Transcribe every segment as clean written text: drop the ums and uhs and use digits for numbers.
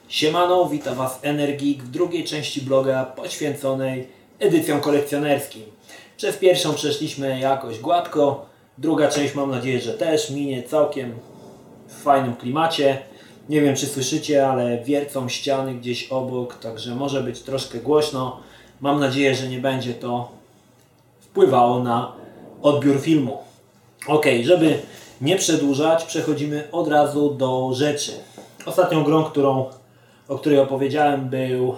Siemano, witam Was Energik w drugiej części bloga poświęconej edycjom kolekcjonerskim. Przez pierwszą przeszliśmy jakoś gładko, druga część mam nadzieję, że też minie całkiem w fajnym klimacie. Nie wiem czy słyszycie, ale wiercą ściany gdzieś obok, także może być troszkę głośno. Mam nadzieję, że nie będzie to wpływało na odbiór filmu. Ok, żeby nie przedłużać, przechodzimy od razu do rzeczy. Ostatnią grą, o której opowiedziałem, był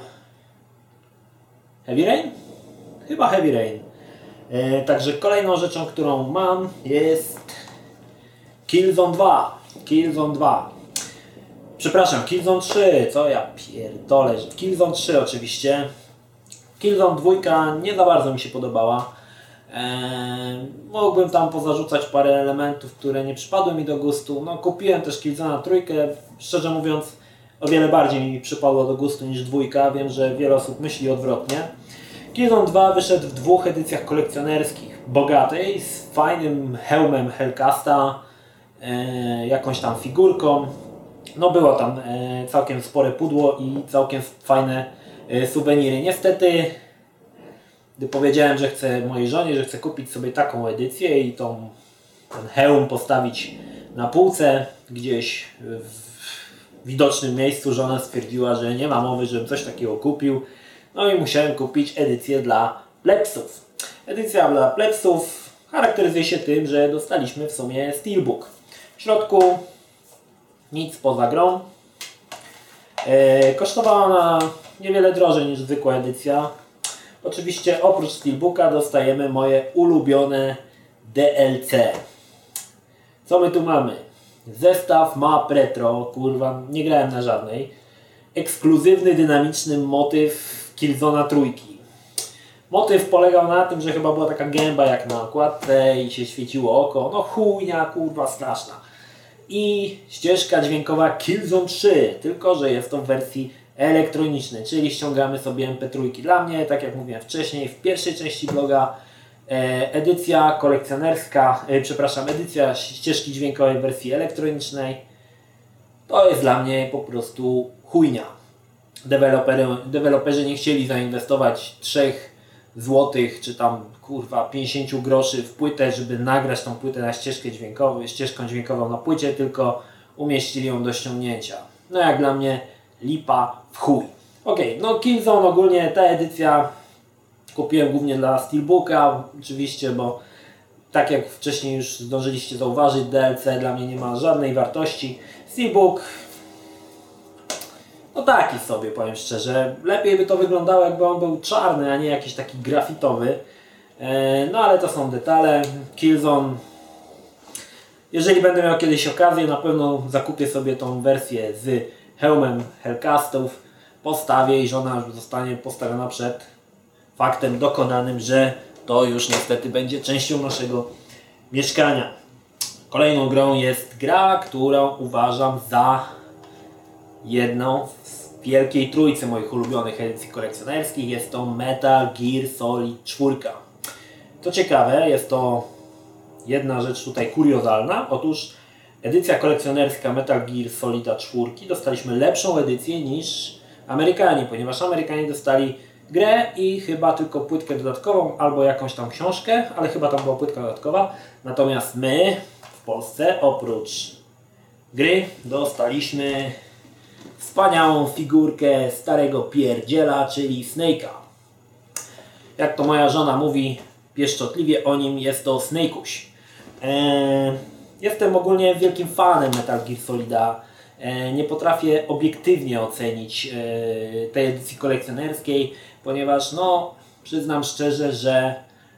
Heavy Rain? Chyba Heavy Rain. Także kolejną rzeczą, którą mam, jest Killzone 2. Killzone 2. Przepraszam, Killzone 3. Co ja pierdolę? Killzone 3 oczywiście. Killzone 2 nie za bardzo mi się podobała. Mógłbym tam pozarzucać parę elementów, które nie przypadły mi do gustu. No, kupiłem też Killzone'a 3. Szczerze mówiąc, o wiele bardziej mi przypadło do gustu niż 2. Wiem, że wiele osób myśli odwrotnie. Killzone 2 wyszedł w dwóch edycjach kolekcjonerskich. Bogatej, z fajnym hełmem Hellcasta, jakąś tam figurką. No było tam całkiem spore pudło i całkiem fajne suweniry. Niestety, gdy powiedziałem, że chcę mojej żonie, że chcę kupić sobie taką edycję i ten hełm postawić na półce gdzieś w widocznym miejscu, żona stwierdziła, że nie ma mowy, żebym coś takiego kupił. No i musiałem kupić edycję dla plebsów. Edycja dla plebsów charakteryzuje się tym, że dostaliśmy w sumie steelbook. W środku nic poza grą. Kosztowała ona niewiele drożej niż zwykła edycja. Oczywiście oprócz steelbooka dostajemy moje ulubione DLC. Co my tu mamy? Zestaw map retro, kurwa, nie grałem na żadnej. Ekskluzywny, dynamiczny motyw Killzone'a 3. Motyw polegał na tym, że chyba była taka gęba jak na okładce i się świeciło oko. No chujnia, kurwa, straszna. I ścieżka dźwiękowa Killzone 3, tylko że jest to w wersji elektronicznej, czyli ściągamy sobie MP3. Dla mnie, tak jak mówiłem wcześniej, w pierwszej części bloga, edycja kolekcjonerska, edycja ścieżki dźwiękowej w wersji elektronicznej to jest dla mnie po prostu chujnia. Deweloperzy nie chcieli zainwestować 3 złotych czy tam kurwa 50 groszy w płytę, żeby nagrać tą płytę na ścieżką dźwiękową na płycie, tylko umieścili ją do ściągnięcia. No jak dla mnie lipa w chuj. Ok, no Killzone ogólnie ta edycja kupiłem głównie dla steelbooka, oczywiście, bo tak jak wcześniej już zdążyliście zauważyć, DLC dla mnie nie ma żadnej wartości. Steelbook, no taki sobie, powiem szczerze. Lepiej by to wyglądało, jakby on był czarny, a nie jakiś taki grafitowy. No ale to są detale. Killzone, jeżeli będę miał kiedyś okazję, na pewno zakupię sobie tą wersję z hełmem Hellcastów. Postawię i żona już zostanie postawiona przed faktem dokonanym, że to już niestety będzie częścią naszego mieszkania. Kolejną grą jest gra, którą uważam za jedną z wielkiej trójcy moich ulubionych edycji kolekcjonerskich. Jest to Metal Gear Solid 4. Co ciekawe, jest to jedna rzecz tutaj kuriozalna. Otóż edycja kolekcjonerska Metal Gear Solida 4 dostaliśmy lepszą edycję niż Amerykanie, ponieważ Amerykanie dostali grę i chyba tylko płytkę dodatkową albo jakąś tam książkę, ale chyba tam była płytka dodatkowa. Natomiast my w Polsce oprócz gry dostaliśmy wspaniałą figurkę starego pierdziela, czyli Snake'a. Jak to moja żona mówi pieszczotliwie o nim, jest to Snake'uś. Jestem ogólnie wielkim fanem Metal Gear Solida. Nie potrafię obiektywnie ocenić tej edycji kolekcjonerskiej, ponieważ no, przyznam szczerze, że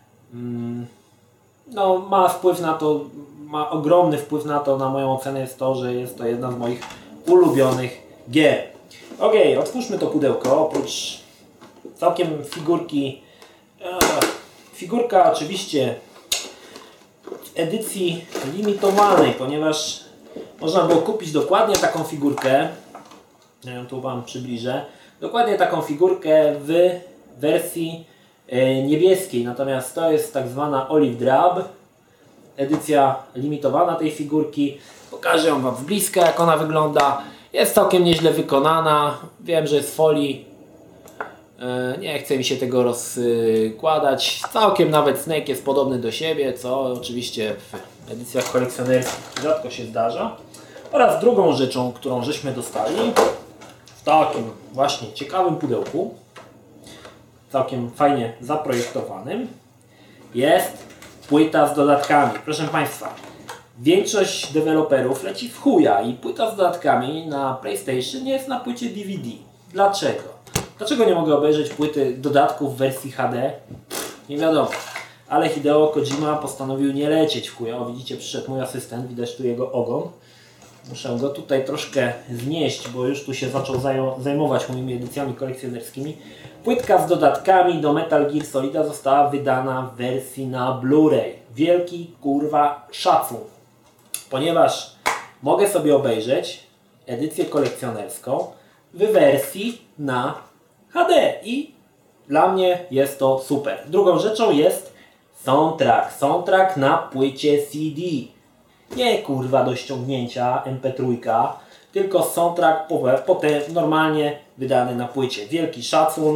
no, ma ogromny wpływ na to, na moją ocenę jest to, że jest to jedna z moich ulubionych gier. Ok, otwórzmy to pudełko. Oprócz całkiem figurki, figurka oczywiście w edycji limitowanej, ponieważ można było kupić dokładnie taką figurkę, ja ją tu Wam przybliżę, dokładnie taką figurkę w wersji niebieskiej, natomiast to jest tak zwana Olive Drab, edycja limitowana tej figurki. Pokażę Wam z bliska, jak ona wygląda. Jest całkiem nieźle wykonana. Wiem, że jest folii. Nie chce mi się tego rozkładać. Całkiem nawet Snake jest podobny do siebie, co oczywiście w edycjach kolekcjonerskich rzadko się zdarza. Oraz drugą rzeczą, którą żeśmy dostali w takim właśnie ciekawym pudełku, całkiem fajnie zaprojektowanym, jest płyta z dodatkami. Proszę Państwa, większość deweloperów leci w chuja i płyta z dodatkami na PlayStation jest na płycie DVD. Dlaczego? Dlaczego nie mogę obejrzeć płyty dodatków w wersji HD? Nie wiadomo. Ale Hideo Kojima postanowił nie lecieć w chuja. O, widzicie, przyszedł mój asystent, widać tu jego ogon. Muszę go tutaj troszkę znieść, bo już tu się zaczął zajmować moimi edycjami kolekcjonerskimi. Płytka z dodatkami do Metal Gear Solida została wydana w wersji na Blu-ray. Wielki kurwa szacun. Ponieważ mogę sobie obejrzeć edycję kolekcjonerską w wersji na HD i dla mnie jest to super. Drugą rzeczą jest soundtrack. Soundtrack na płycie CD. Nie kurwa do ściągnięcia MP3, tylko soundtrack potem normalnie wydany na płycie. Wielki szacun.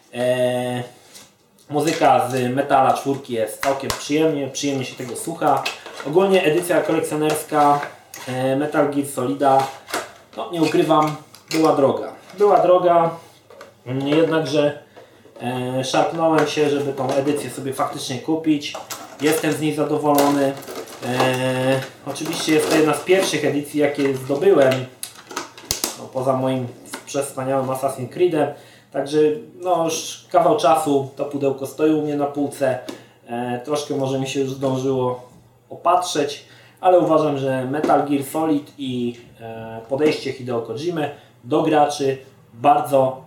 Muzyka z Metala 4 jest całkiem przyjemnie się tego słucha. Ogólnie edycja kolekcjonerska Metal Gear Solida, no nie ukrywam, była droga. Była droga, jednakże szarpnąłem się, żeby tą edycję sobie faktycznie kupić. Jestem z niej zadowolony. Oczywiście jest to jedna z pierwszych edycji, jakie zdobyłem, no, poza moim wspaniałym Assassin's Creedem. Także no, już kawał czasu to pudełko stoi u mnie na półce. Troszkę może mi się już zdążyło opatrzeć, ale uważam, że Metal Gear Solid i podejście Hideo Kojimy do graczy bardzo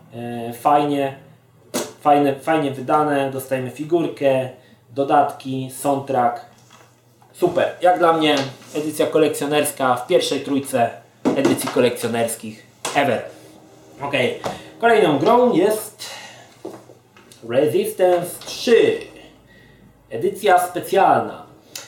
fajnie wydane. Dostajemy figurkę, dodatki, soundtrack. Super. Jak dla mnie edycja kolekcjonerska w pierwszej trójce edycji kolekcjonerskich ever. Ok. Kolejną grą jest Resistance 3. Edycja specjalna.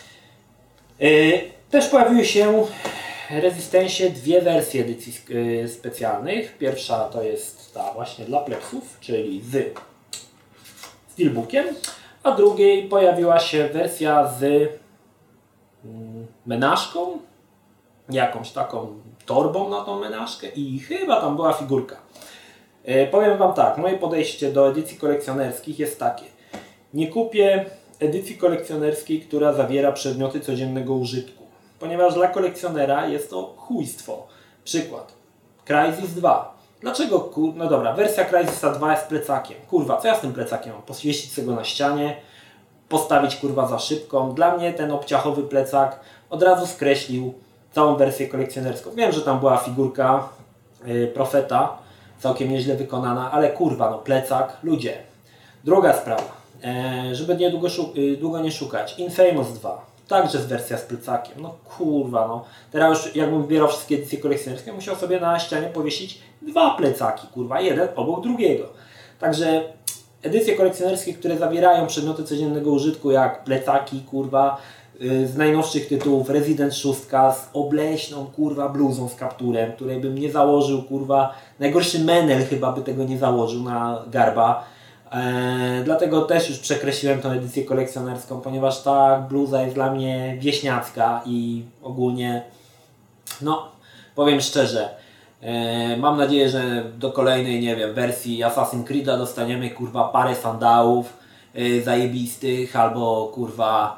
Też pojawiły się w Resistance dwie wersje edycji specjalnych. Pierwsza to jest ta właśnie dla plebsów, czyli z steelbookiem, a drugiej pojawiła się wersja z menażką, jakąś taką torbą na tą menażkę i chyba tam była figurka. Powiem Wam tak, moje podejście do edycji kolekcjonerskich jest takie. Nie kupię edycji kolekcjonerskiej, która zawiera przedmioty codziennego użytku, ponieważ dla kolekcjonera jest to chujstwo. Przykład. Crysis 2. Dlaczego? No dobra, wersja Crysisa 2 jest plecakiem. Kurwa, co ja z tym plecakiem mam? Powiesić sobie go na ścianie, postawić kurwa za szybką. Dla mnie ten obciachowy plecak od razu skreślił całą wersję kolekcjonerską. Wiem, że tam była figurka Profeta, całkiem nieźle wykonana, ale kurwa, no plecak, ludzie. Druga sprawa, żeby długo nie szukać. Infamous 2, także jest wersja z plecakiem. No kurwa, no. Teraz już jakbym wybierał wszystkie edycje kolekcjonerskie, musiał sobie na ścianie powiesić dwa plecaki, kurwa, jeden obok drugiego. Także edycje kolekcjonerskie, które zawierają przedmioty codziennego użytku, jak plecaki, kurwa, z najnowszych tytułów Resident 6 z obleśną, kurwa, bluzą z kapturem, której bym nie założył, kurwa, najgorszy menel chyba by tego nie założył na garba. Dlatego też już przekreśliłem tą edycję kolekcjonerską, ponieważ ta bluza jest dla mnie wieśniacka i ogólnie, no, powiem szczerze, mam nadzieję, że do kolejnej, nie wiem, wersji Assassin's Creed'a dostaniemy, kurwa, parę sandałów zajebistych, albo, kurwa,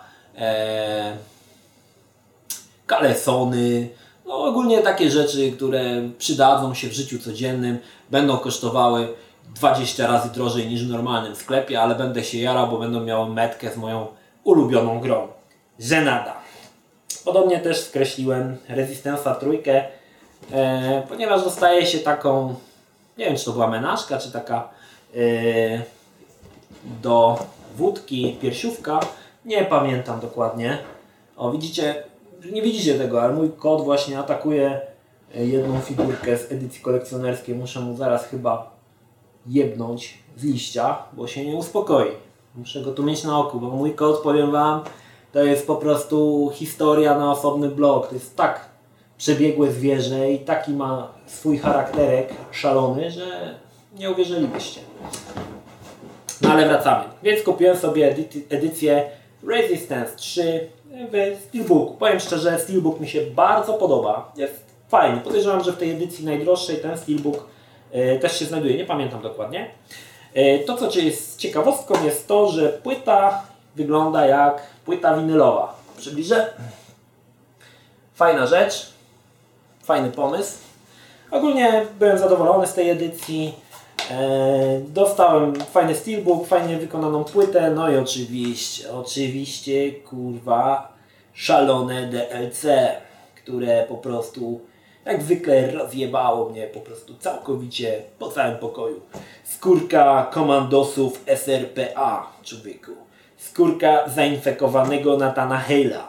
kalesony, no ogólnie takie rzeczy, które przydadzą się w życiu codziennym, będą kosztowały 20 razy drożej niż w normalnym sklepie, ale będę się jarał, bo będą miały metkę z moją ulubioną grą. Żenada. Podobnie też skreśliłem Resistance'a 3, ponieważ dostaje się taką, nie wiem czy to była menażka, czy taka do wódki piersiówka, nie pamiętam dokładnie. O, widzicie, nie widzicie tego, ale mój kot właśnie atakuje jedną figurkę z edycji kolekcjonerskiej. Muszę mu zaraz chyba jebnąć z liścia, bo się nie uspokoi. Muszę go tu mieć na oku, bo mój kot, powiem Wam, to jest po prostu historia na osobny blog. To jest tak przebiegłe zwierzę i taki ma swój charakterek szalony, że nie uwierzylibyście. No ale wracamy. Więc kupiłem sobie edycję Resistance 3 w Steelbooku. Powiem szczerze, Steelbook mi się bardzo podoba. Jest fajny. Podejrzewam, że w tej edycji najdroższej ten Steelbook też się znajduje. Nie pamiętam dokładnie. To, co jest ciekawostką, jest to, że płyta wygląda jak płyta winylowa. Przybliżę. Fajna rzecz. Fajny pomysł. Ogólnie byłem zadowolony z tej edycji. Dostałem fajny steelbook, fajnie wykonaną płytę, no i oczywiście, kurwa, szalone DLC, które po prostu, jak zwykle, rozjebało mnie po prostu całkowicie po całym pokoju. Skórka komandosów SRPA, człowieku. Skórka zainfekowanego Nathana Hale'a.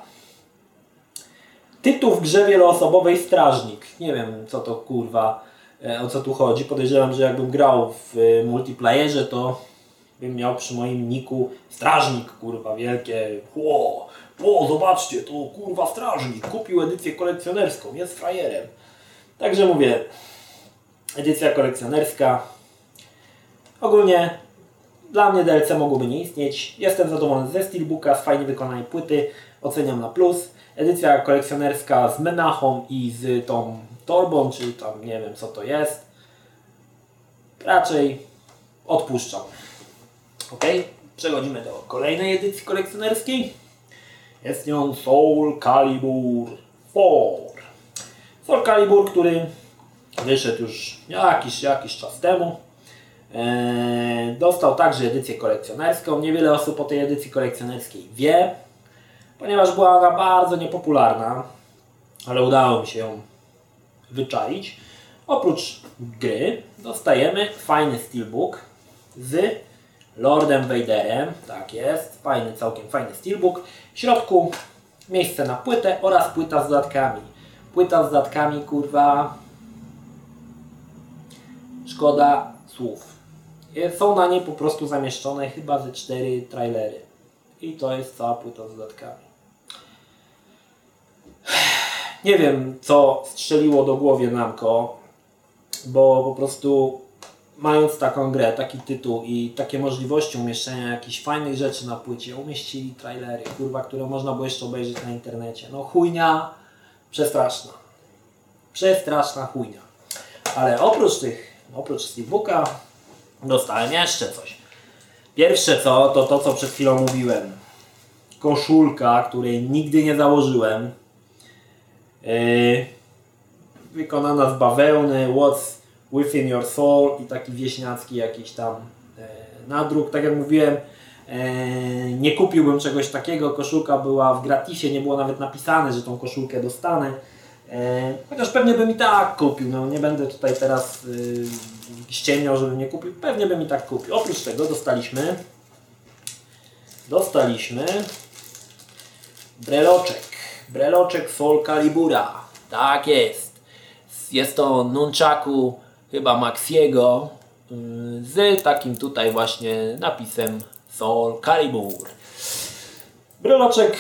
Tytuł w grze wieloosobowej Strażnik. Nie wiem, co to kurwa, o co tu chodzi. Podejrzewam, że jakbym grał w multiplayerze, to bym miał przy moim niku Strażnik, kurwa, wielkie. Zobaczcie, to kurwa Strażnik. Kupił edycję kolekcjonerską, jest frajerem. Także mówię, edycja kolekcjonerska. Ogólnie dla mnie DLC mogłoby nie istnieć. Jestem zadowolony ze steelbooka, z fajnie wykonanej płyty. Oceniam na plus. Edycja kolekcjonerska z menachą i z tą torbą, czy tam nie wiem co to jest. Raczej odpuszczam. Ok, przechodzimy do kolejnej edycji kolekcjonerskiej. Jest nią Soul Calibur 4. Soul Calibur, który wyszedł już jakiś czas temu. Dostał także edycję kolekcjonerską. Niewiele osób o tej edycji kolekcjonerskiej wie, ponieważ była ona bardzo niepopularna, ale udało mi się ją wyczaić. Oprócz gry dostajemy fajny steelbook z Lordem Vaderem. Tak jest, całkiem fajny steelbook. W środku miejsce na płytę oraz płyta z dodatkami. Płyta z dodatkami, kurwa, szkoda słów. Są na niej po prostu zamieszczone chyba ze 4 trailery. I to jest cała płyta z dodatkami. Nie wiem, co strzeliło do głowy Namco, bo po prostu mając taką grę, taki tytuł i takie możliwości umieszczenia jakichś fajnych rzeczy na płycie, umieścili trailery, kurwa, które można było jeszcze obejrzeć na internecie. No chujnia przestraszna. Przestraszna chujnia. Ale oprócz steelbooka dostałem jeszcze coś. Pierwsze to co przed chwilą mówiłem. Koszulka, której nigdy nie założyłem. Wykonana z bawełny, What's Within Your Soul i taki wieśniacki jakiś tam nadruk. Tak jak mówiłem, nie kupiłbym czegoś takiego. Koszulka była w gratisie, nie było nawet napisane, że tą koszulkę dostanę. Chociaż pewnie bym i tak kupił. No, nie będę tutaj teraz ściemniał, żebym nie kupił. Pewnie bym i tak kupił. Oprócz tego dostaliśmy breloczek Soul Calibura. Tak jest. Jest to nunchaku chyba Maxiego z takim tutaj właśnie napisem Soul Calibur. Breloczek,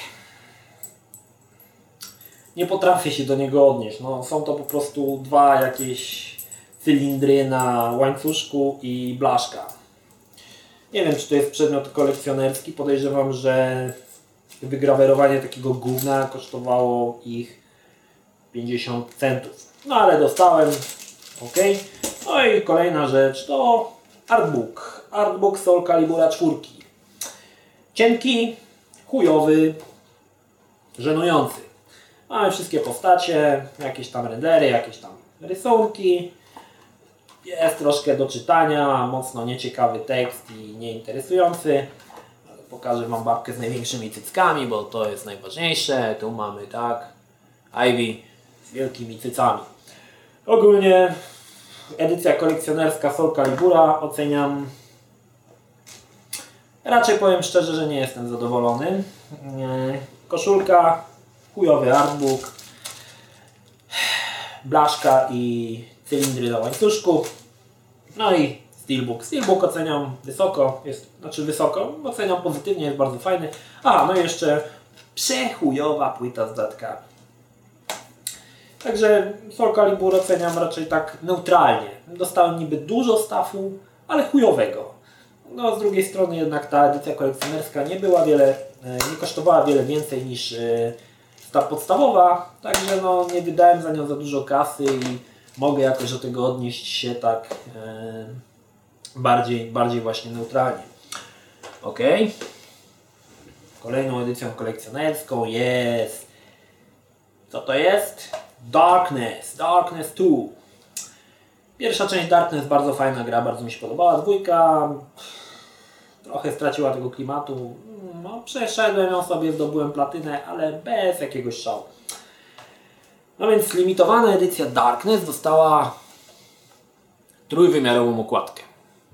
nie potrafię się do niego odnieść. No, są to po prostu dwa jakieś cylindry na łańcuszku i blaszka. Nie wiem, czy to jest przedmiot kolekcjonerski. Podejrzewam, że wygrawerowanie takiego gówna kosztowało ich 50 centów. No ale dostałem. Ok. No i kolejna rzecz to artbook. Artbook Soul Calibura 4. Cienki, chujowy, żenujący. Mamy wszystkie postacie, jakieś tam rendery, jakieś tam rysunki. Jest troszkę do czytania, mocno nieciekawy tekst i nieinteresujący. Pokażę Wam babkę z największymi cyckami, bo to jest najważniejsze. Tu mamy tak, Ivy z wielkimi cycami. Ogólnie edycja kolekcjonerska Soul Calibura oceniam. Raczej powiem szczerze, że nie jestem zadowolony. Koszulka, chujowy artbook, blaszka i cylindry na łańcuszku. No i steelbook. Steelbook oceniam wysoko, oceniam pozytywnie, jest bardzo fajny. A, no i jeszcze przechujowa płyta z dodatkami. Także Soul Calibur oceniam raczej tak neutralnie. Dostałem niby dużo staffu, ale chujowego. No z drugiej strony jednak ta edycja kolekcjonerska nie kosztowała wiele więcej niż ta podstawowa, także no nie wydałem za nią za dużo kasy i mogę jakoś do tego odnieść się tak bardziej właśnie neutralnie. Ok. Kolejną edycją kolekcjonerską jest... Co to jest? Darkness 2. Pierwsza część Darkness, bardzo fajna gra, bardzo mi się podobała. Dwójka trochę straciła tego klimatu. No, przeszedłem ją sobie, zdobyłem platynę, ale bez jakiegoś szału. No więc limitowana edycja Darkness dostała trójwymiarową okładkę.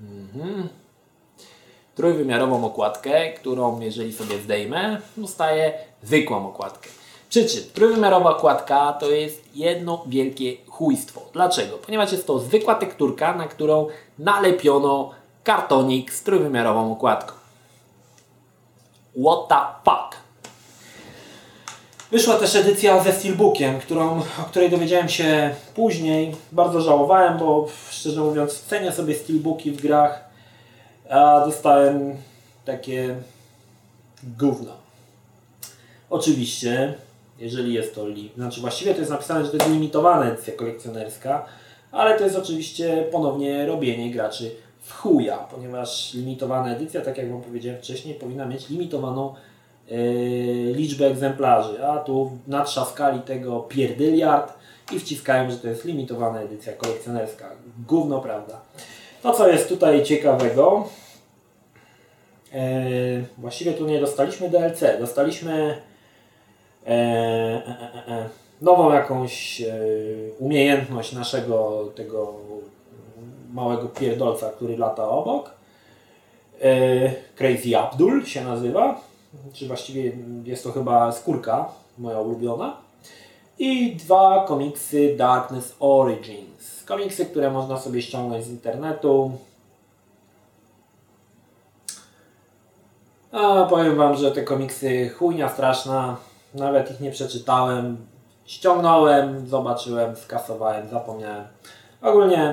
Trójwymiarową okładkę, którą jeżeli sobie zdejmę, dostaję zwykłą okładkę. Przy czym trójwymiarowa okładka to jest jedno wielkie chujstwo. Dlaczego? Ponieważ jest to zwykła tekturka, na którą nalepiono kartonik z trójwymiarową okładką. What the fuck? Wyszła też edycja ze steelbookiem, o której dowiedziałem się później. Bardzo żałowałem, bo szczerze mówiąc cenię sobie steelbooki w grach, a dostałem takie gówno. Oczywiście, jeżeli jest to właściwie to jest napisane, że to jest limitowana edycja kolekcjonerska, ale to jest oczywiście ponownie robienie graczy w chuja, ponieważ limitowana edycja, tak jak Wam powiedziałem wcześniej, powinna mieć limitowaną liczbę egzemplarzy, a tu natrzaskali tego pierdyliard i wciskają, że to jest limitowana edycja kolekcjonerska. Gówno, prawda? To co jest tutaj ciekawego, właściwie tu nie dostaliśmy DLC, dostaliśmy nową jakąś umiejętność naszego tego małego pierdolca, który lata obok. Crazy Abdul się nazywa, czy właściwie jest to chyba skórka moja ulubiona. I 2 komiksy Darkness Origins. Komiksy, które można sobie ściągnąć z internetu. A powiem Wam, że te komiksy chujnia straszna. Nawet ich nie przeczytałem. Ściągnąłem, zobaczyłem, skasowałem, zapomniałem. Ogólnie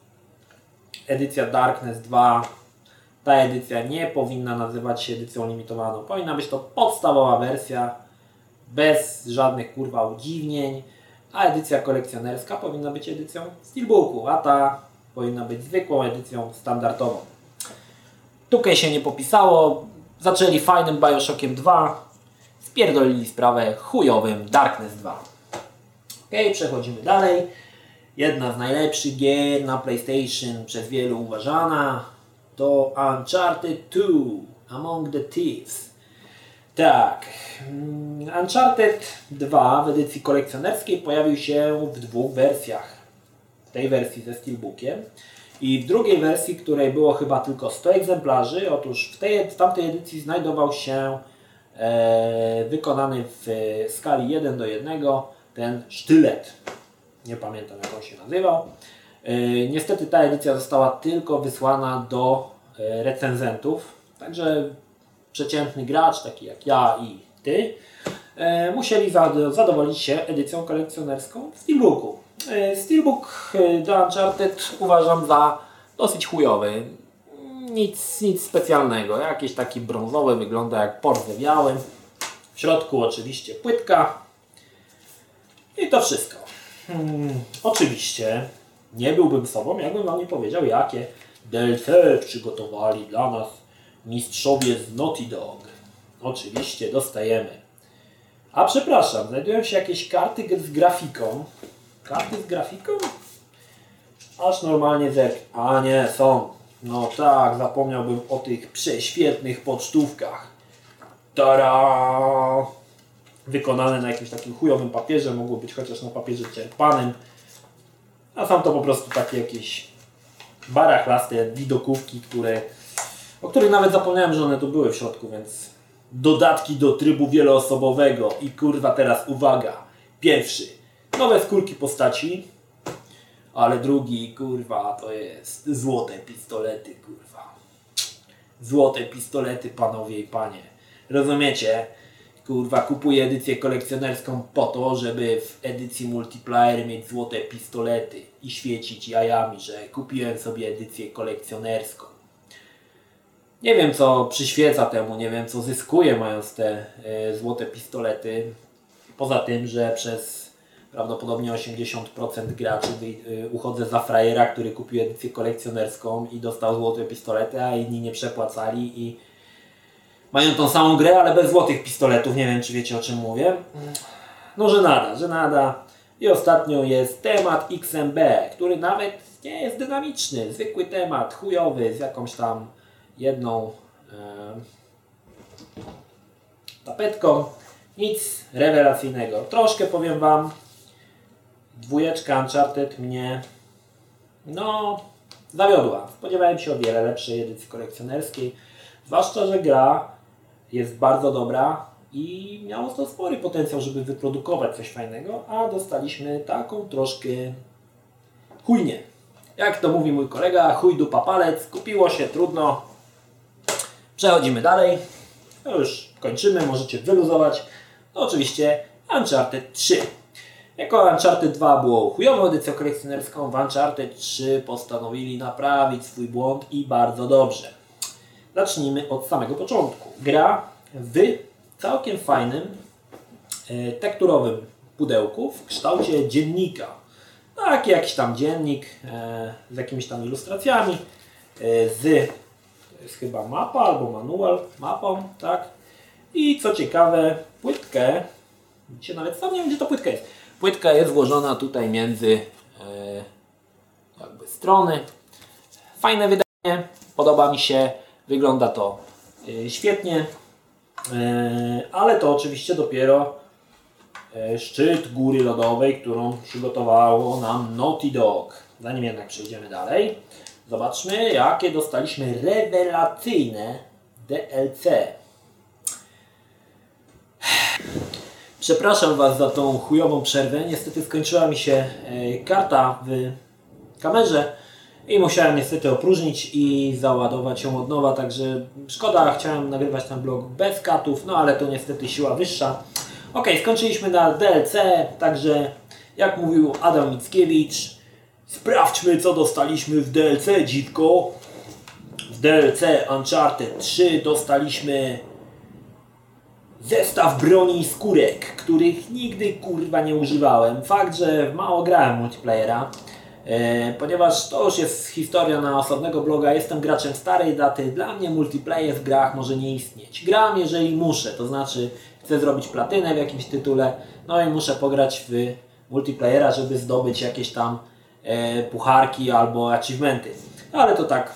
edycja Darkness 2. Ta edycja nie powinna nazywać się edycją limitowaną. Powinna być to podstawowa wersja. Bez żadnych kurwa udziwnień. A edycja kolekcjonerska powinna być edycją steelbooku. A ta powinna być zwykłą edycją standardową. Tukaj się nie popisało. Zaczęli fajnym Bioshockiem 2. Spierdolili sprawę chujowym Darkness 2. Ok, przechodzimy dalej. Jedna z najlepszych gier na PlayStation, przez wielu uważana, to Uncharted 2 Among the Thieves. Tak, Uncharted 2 w edycji kolekcjonerskiej pojawił się w 2 wersjach. W tej wersji ze steelbookiem i w drugiej wersji, której było chyba tylko 100 egzemplarzy. Otóż w tamtej edycji znajdował się wykonany w skali 1:1 ten sztylet. Nie pamiętam, jak on się nazywał. Niestety ta edycja została tylko wysłana do recenzentów. Także przeciętny gracz, taki jak ja i Ty, musieli zadowolić się edycją kolekcjonerską w steelbooku. Steelbook do Uncharted uważam za dosyć chujowy. Nic specjalnego. Jakiś taki brązowy, wygląda jak port wywiały. W środku oczywiście płytka. I to wszystko. Oczywiście nie byłbym sobą, jakbym Wam nie powiedział, jakie DLC przygotowali dla nas mistrzowie z Naughty Dog. Oczywiście dostajemy. A przepraszam, znajdują się jakieś karty z grafiką. Karty z grafiką? Aż normalnie A nie, są. No tak, zapomniałbym o tych prześwietnych pocztówkach. Tada! Wykonane na jakimś takim chujowym papierze, mogło być chociaż na papierze czerpanym. A są to po prostu takie jakieś barachlaste widokówki, o których nawet zapomniałem, że one tu były w środku, więc dodatki do trybu wieloosobowego. I kurwa teraz uwaga, pierwszy, nowe skórki postaci, ale drugi, kurwa, to jest złote pistolety, kurwa. Złote pistolety, panowie i panie. Rozumiecie? kurwa, kupuję edycję kolekcjonerską po to, żeby w edycji multiplayer mieć złote pistolety i świecić jajami, że kupiłem sobie edycję kolekcjonerską. Nie wiem, co przyświeca temu, nie wiem, co zyskuje, mając te złote pistolety. Poza tym, że przez prawdopodobnie 80% graczy uchodzę za frajera, który kupił edycję kolekcjonerską i dostał złote pistolety, a inni nie przepłacali i mają tą samą grę, ale bez złotych pistoletów. Nie wiem, czy wiecie, o czym mówię. No, żenada. I ostatnio jest temat XMB, który nawet nie jest dynamiczny. Zwykły temat, chujowy, z jakąś tam jedną tapetką. Nic rewelacyjnego. Troszkę powiem Wam, dwójeczka Uncharted mnie zawiodła. Spodziewałem się o wiele lepszej edycji kolekcjonerskiej. Zwłaszcza, że gra jest bardzo dobra i miało to spory potencjał, żeby wyprodukować coś fajnego, a dostaliśmy taką troszkę chujnię. Jak to mówi mój kolega, chuj dupa palec, kupiło się, trudno. Przechodzimy dalej. No już kończymy, możecie wyluzować. No oczywiście Uncharted 3. Jako Uncharted 2 było chujową edycją kolekcjonerską, w Uncharted 3 postanowili naprawić swój błąd i bardzo dobrze. Zacznijmy od samego początku. Gra w całkiem fajnym, tekturowym pudełku w kształcie dziennika. Taki jakiś tam dziennik z jakimiś tam ilustracjami, to jest chyba mapa albo manual, mapą, tak? I co ciekawe, płytkę, widzicie, nawet sam nie wiem, gdzie ta płytka jest. Płytka jest włożona tutaj między jakby strony. Fajne wydanie, podoba mi się, wygląda to świetnie, ale to oczywiście dopiero szczyt góry lodowej, którą przygotowało nam Naughty Dog. Zanim jednak przejdziemy dalej, zobaczmy, jakie dostaliśmy rewelacyjne DLC. Przepraszam Was za tą chujową przerwę. Niestety skończyła mi się karta w kamerze i musiałem niestety opróżnić i załadować ją od nowa, także szkoda, chciałem nagrywać ten vlog bez katów, no ale to niestety siła wyższa. Ok, skończyliśmy na DLC, także jak mówił Adam Mickiewicz, sprawdźmy, co dostaliśmy w DLC, dziwko. W DLC Uncharted 3 dostaliśmy zestaw broni i skórek, których nigdy kurwa nie używałem. Fakt, że mało grałem multiplayera, ponieważ to już jest historia na osobnego bloga. Jestem graczem starej daty. Dla mnie multiplayer w grach może nie istnieć. Gram jeżeli muszę, to znaczy chcę zrobić platynę w jakimś tytule, no i muszę pograć w multiplayera, żeby zdobyć jakieś tam pucharki albo achievementy. Ale to tak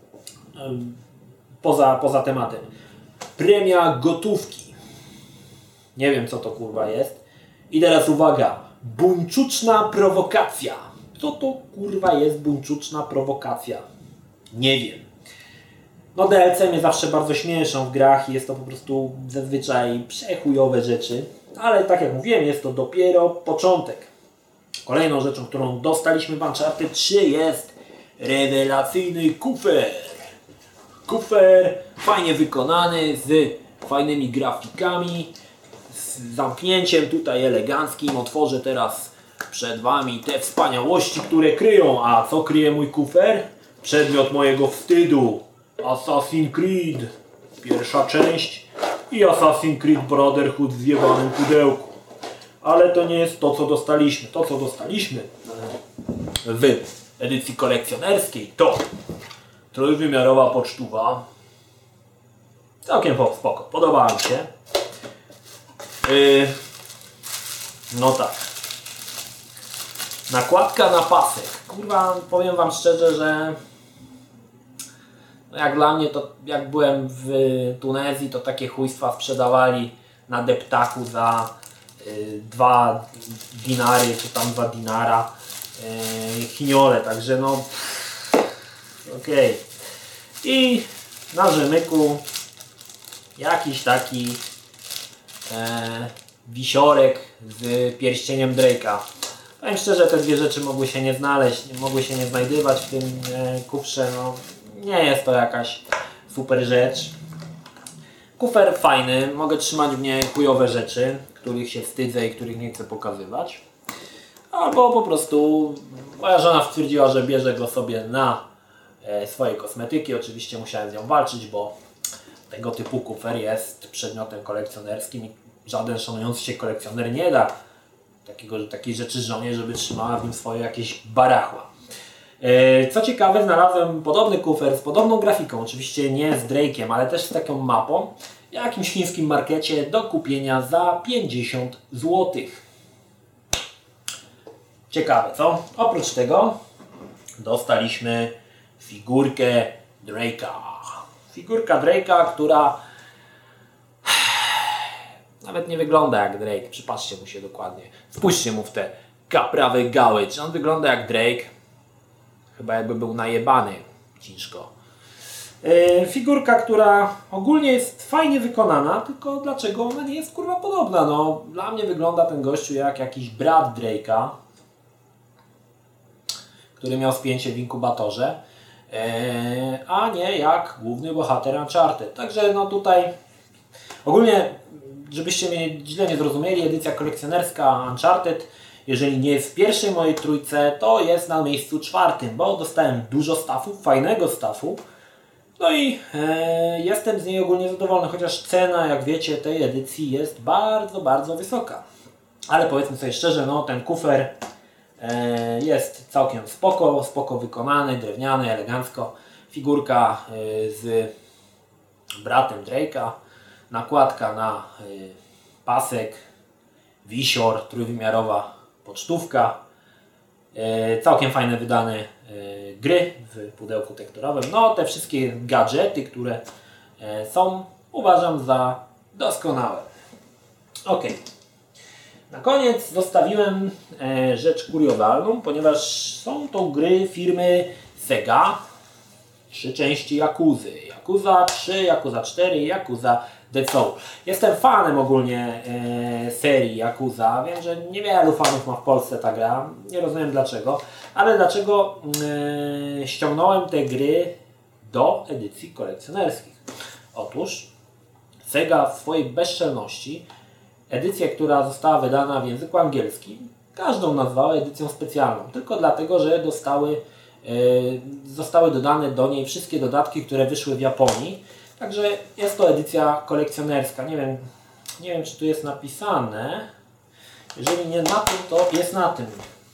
poza tematem. Premia gotówki. Nie wiem, co to kurwa jest. I teraz uwaga. Buńczuczna prowokacja. Co to kurwa jest buńczuczna prowokacja? Nie wiem. No DLC mnie zawsze bardzo śmieszą w grach i jest to po prostu zazwyczaj przechujowe rzeczy. Ale tak jak mówiłem, jest to dopiero początek. Kolejną rzeczą, którą dostaliśmy w Uncharted 3 jest rewelacyjny kufer. Kufer fajnie wykonany, z fajnymi grafikami, z zamknięciem tutaj eleganckim. Otworzę teraz przed Wami te wspaniałości, które kryją. A co kryje mój kufer? Przedmiot mojego wstydu. Assassin's Creed. Pierwsza część i Assassin's Creed Brotherhood w zjebanym pudełku. Ale to nie jest to, co dostaliśmy. To, co dostaliśmy w edycji kolekcjonerskiej, to trójwymiarowa pocztówa. Całkiem spoko. Podobała mi się. No tak. Nakładka na pasek. Kurwa, powiem Wam szczerze, że no jak dla mnie to jak byłem w Tunezji, to takie chujstwa sprzedawali na deptaku za 2 dinary, czy tam 2 dinara chiniole, także no okej. I na rzemyku jakiś taki wisiorek z pierścieniem Drake'a. Powiem szczerze, te dwie rzeczy mogły się nie znaleźć, mogły się nie znajdywać w tym kufrze. No, nie jest to jakaś super rzecz. Kufer fajny, mogę trzymać w niej chujowe rzeczy, których się wstydzę i których nie chcę pokazywać. Albo po prostu moja żona stwierdziła, że bierze go sobie na swoje kosmetyki. Oczywiście musiałem z nią walczyć, bo tego typu kufer jest przedmiotem kolekcjonerskim i żaden szanujący się kolekcjoner nie da takiej rzeczy żonie, żeby trzymała w nim swoje jakieś barachła. Co ciekawe, znalazłem podobny kufer z podobną grafiką, oczywiście nie z Drake'iem, ale też z taką mapą, w jakimś chińskim markecie do kupienia za 50 zł. Ciekawe, co? Oprócz tego dostaliśmy figurkę Drake'a. Figurka Drake'a, która nawet nie wygląda jak Drake. Przypatrzcie mu się dokładnie. Spójrzcie mu w te kaprawe gały. Czy on wygląda jak Drake? Chyba jakby był najebany ciężko. Figurka, która ogólnie jest fajnie wykonana, tylko dlaczego ona nie jest kurwa podobna? No, dla mnie wygląda ten gościu jak jakiś brat Drake'a, który miał spięcie w inkubatorze, a nie jak główny bohater Uncharted. Także no tutaj ogólnie, żebyście mnie źle nie zrozumieli, edycja kolekcjonerska Uncharted, jeżeli nie jest w pierwszej mojej trójce, to jest na miejscu 4, bo dostałem dużo staffu, fajnego staffu. No i jestem z niej ogólnie zadowolony, chociaż cena, jak wiecie, tej edycji jest bardzo, bardzo wysoka. Ale powiedzmy sobie szczerze, no ten kufer jest całkiem spoko wykonany, drewniany, elegancko. Figurka z bratem Drake'a, nakładka na pasek, wisior, trójwymiarowa pocztówka, całkiem fajne wydane gry w pudełku tekturowym. No te wszystkie gadżety, które są, uważam za doskonałe. Ok. Na koniec zostawiłem rzecz kuriozalną, ponieważ są to gry firmy Sega. 3 części Yakuzy. Yakuza 3, Yakuza 4 i Yakuza Dead Soul. Jestem fanem ogólnie serii Yakuza. Wiem, że niewielu fanów ma w Polsce ta gra. Nie rozumiem dlaczego. Ale dlaczego ściągnąłem te gry do edycji kolekcjonerskich? Otóż Sega w swojej bezczelności edycję, która została wydana w języku angielskim, każdą nazwała edycją specjalną. Tylko dlatego, że zostały dodane do niej wszystkie dodatki, które wyszły w Japonii. Także jest to edycja kolekcjonerska. Nie wiem, czy tu jest napisane. Jeżeli nie na tym, to jest na tym.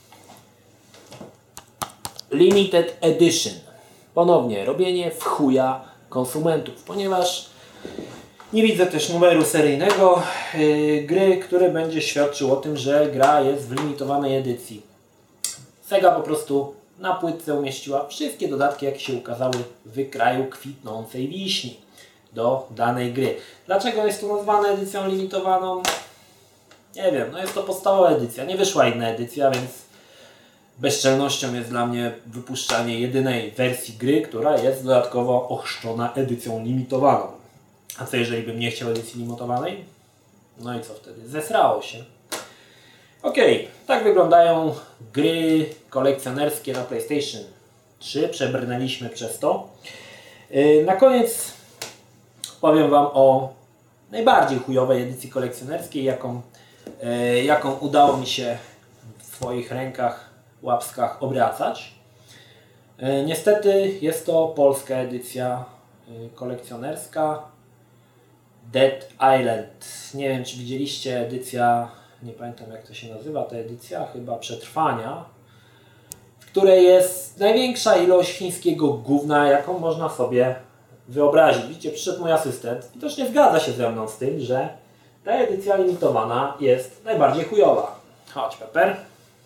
Limited Edition. Ponownie, robienie w chuja konsumentów, ponieważ nie widzę też numeru seryjnego gry, który będzie świadczył o tym, że gra jest w limitowanej edycji. Sega po prostu na płytce umieściła wszystkie dodatki, jakie się ukazały w kraju kwitnącej wiśni do danej gry. Dlaczego jest to nazwane edycją limitowaną? Nie wiem, no jest to podstawowa edycja, nie wyszła inna edycja, więc bezczelnością jest dla mnie wypuszczanie jedynej wersji gry, która jest dodatkowo ochrzczona edycją limitowaną. A co jeżeli bym nie chciał edycji limitowanej? No i co wtedy? Zesrało się. Ok, tak wyglądają gry kolekcjonerskie na PlayStation 3. Przebrnęliśmy przez to. Na koniec powiem Wam o najbardziej chujowej edycji kolekcjonerskiej, jaką udało mi się w swoich rękach, łapskach obracać. Niestety jest to polska edycja kolekcjonerska Dead Island. Nie wiem, czy widzieliście edycja, nie pamiętam jak to się nazywa, ta edycja, chyba Przetrwania, w której jest największa ilość chińskiego gówna, jaką można sobie wyobrazić. Widzicie, przyszedł mój asystent i też nie zgadza się ze mną z tym, że ta edycja limitowana jest najbardziej chujowa. Chodź, Pepper.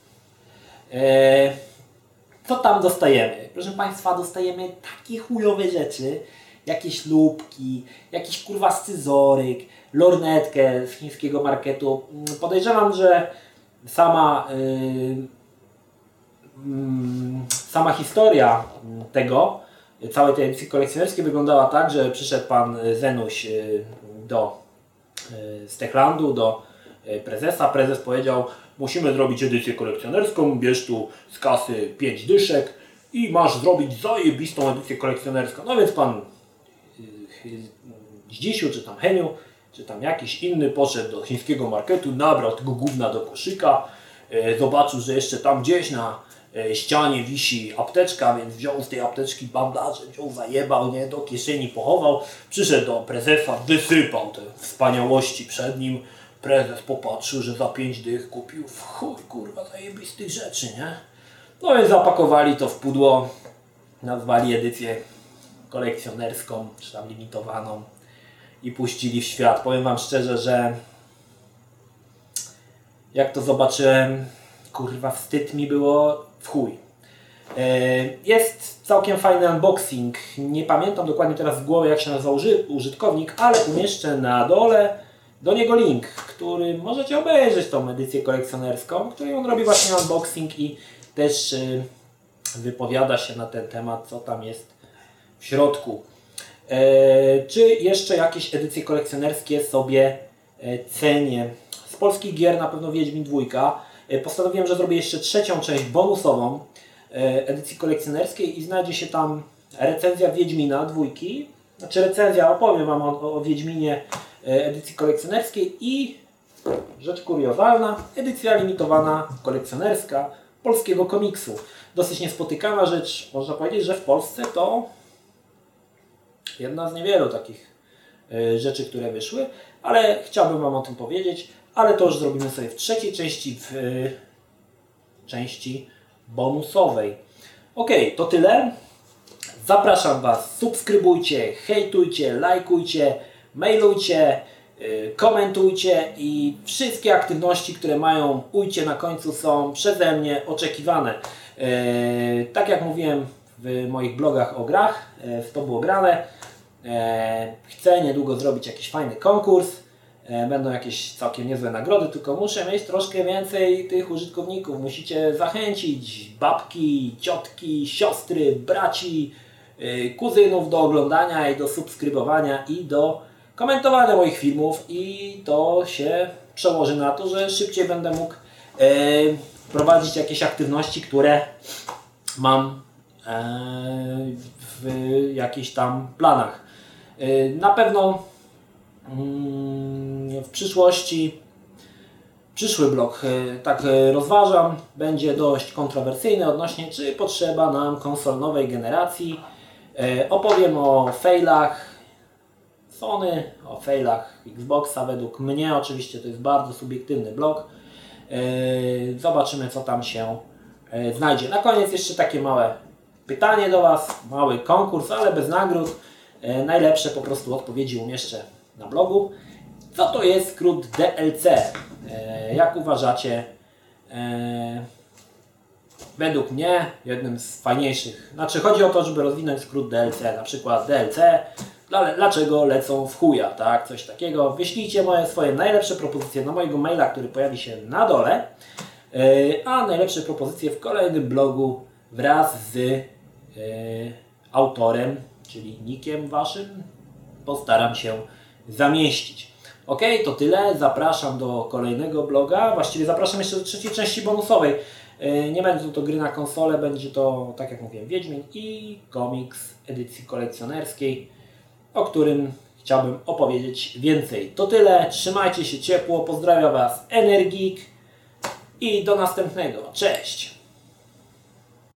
Co tam dostajemy? Proszę Państwa, dostajemy takie chujowe rzeczy, jakieś lubki, jakiś kurwa scyzoryk, lornetkę z chińskiego marketu. Podejrzewam, że sama historia całej tej edycji kolekcjonerskiej wyglądała tak, że przyszedł pan Zenuś z Techlandu do prezesa. Prezes powiedział: musimy zrobić edycję kolekcjonerską, bierz tu z kasy 5 dyszek i masz zrobić zajebistą edycję kolekcjonerską. No więc pan Zdzisiu, czy tam Heniu, czy tam jakiś inny poszedł do chińskiego marketu, nabrał tego gówna do koszyka, zobaczył, że jeszcze tam gdzieś na ścianie wisi apteczka, więc wziął z tej apteczki bandaże, wziął, zajebał, nie, do kieszeni pochował, przyszedł do prezesa, wysypał te wspaniałości przed nim. Prezes popatrzył, że za 5 dych kupił w chuj, kurwa, zajebistych rzeczy, nie? No więc zapakowali to w pudło, nazwali edycję kolekcjonerską, czy tam limitowaną i puścili w świat. Powiem wam szczerze, że jak to zobaczyłem, kurwa, wstyd mi było w chuj. Jest całkiem fajny unboxing, nie pamiętam dokładnie teraz w głowie, jak się nazywa użytkownik, ale umieszczę na dole do niego link, który możecie obejrzeć, tą edycję kolekcjonerską, której on robi właśnie unboxing i też wypowiada się na ten temat, co tam jest w środku. Czy jeszcze jakieś edycje kolekcjonerskie sobie cenię? Z polskich gier na pewno Wiedźmin 2. Postanowiłem, że zrobię jeszcze trzecią część bonusową edycji kolekcjonerskiej i znajdzie się tam recenzja Wiedźmina 2. Znaczy recenzja, opowiem wam o Wiedźminie edycji kolekcjonerskiej i rzecz kuriozalna, edycja limitowana kolekcjonerska polskiego komiksu. Dosyć niespotykana rzecz, można powiedzieć, że w Polsce to jedna z niewielu takich rzeczy, które wyszły, ale chciałbym wam o tym powiedzieć, ale to już zrobimy sobie w trzeciej części, w części bonusowej. Ok, to tyle. Zapraszam was, subskrybujcie, hejtujcie, lajkujcie, mailujcie, komentujcie i wszystkie aktywności, które mają ujcie na końcu, są przeze mnie oczekiwane. Tak jak mówiłem w moich blogach o grach, w To Było Grane, chcę niedługo zrobić jakiś fajny konkurs. Będą jakieś całkiem niezłe nagrody, tylko muszę mieć troszkę więcej tych użytkowników. Musicie zachęcić babki, ciotki, siostry, braci, kuzynów do oglądania i do subskrybowania i do komentowania moich filmów i to się przełoży na to, że szybciej będę mógł prowadzić jakieś aktywności, które mam w jakichś tam planach. Na pewno w przyszłości przyszły blog, tak rozważam, będzie dość kontrowersyjny odnośnie, czy potrzeba nam konsol nowej generacji. Opowiem o failach Sony, o failach Xboxa. Według mnie oczywiście to jest bardzo subiektywny blog. Zobaczymy, co tam się znajdzie. Na koniec jeszcze takie małe pytanie do was, mały konkurs, ale bez nagród. Najlepsze po prostu odpowiedzi umieszczę na blogu. Co to jest skrót DLC? Jak uważacie? Według mnie jednym z fajniejszych. Znaczy chodzi o to, żeby rozwinąć skrót DLC. Na przykład DLC, dlaczego lecą w chuja, tak? Coś takiego. Wyślijcie swoje najlepsze propozycje na mojego maila, który pojawi się na dole. A najlepsze propozycje w kolejnym blogu wraz z autorem, czyli nickiem waszym, postaram się zamieścić. Ok, to tyle. Zapraszam do kolejnego bloga. Właściwie zapraszam jeszcze do trzeciej części bonusowej. Nie będą to gry na konsolę, będzie to, tak jak mówiłem, Wiedźmin i komiks edycji kolekcjonerskiej, o którym chciałbym opowiedzieć więcej. To tyle. Trzymajcie się ciepło. Pozdrawiam was Energik i do następnego. Cześć!